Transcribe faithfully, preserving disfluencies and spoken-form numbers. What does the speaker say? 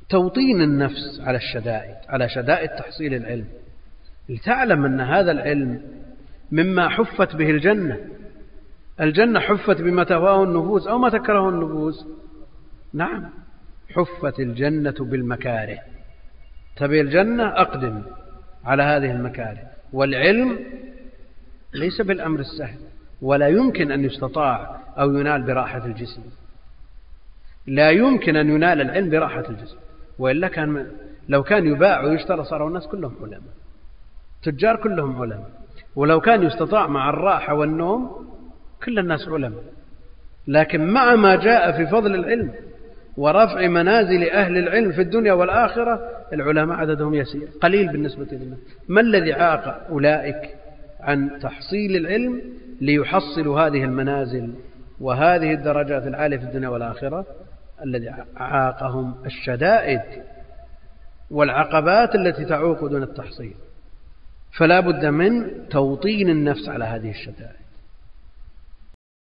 توطين النفس على الشدائد، على شدائد تحصيل العلم، لتعلم أن هذا العلم مما حفت به الجنة. الجنة حفت بما تهواه النفوس أو ما تكره النفوس. نعم، حفت الجنة بالمكاره. تبي الجنة أقدم على هذه المكاره. والعلم ليس بالأمر السهل، ولا يمكن أن يستطاع أو ينال براحة الجسم. لا يمكن أن ينال العلم براحة الجسم، وإلا كان لو كان يباع ويشترى صاروا الناس كلهم علماء، تجار كلهم علماء. ولو كان يستطاع مع الراحة والنوم كل الناس علماء. لكن مع ما جاء في فضل العلم ورفع منازل أهل العلم في الدنيا والآخرة، العلماء عددهم يسير قليل بالنسبة لنا. ما الذي عاق أولئك عن تحصيل العلم ليحصلوا هذه المنازل وهذه الدرجات العالية في الدنيا والآخرة؟ الذي عاقهم الشدائد والعقبات التي تعوق دون التحصيل. فلا بد من توطين النفس على هذه الشدائد.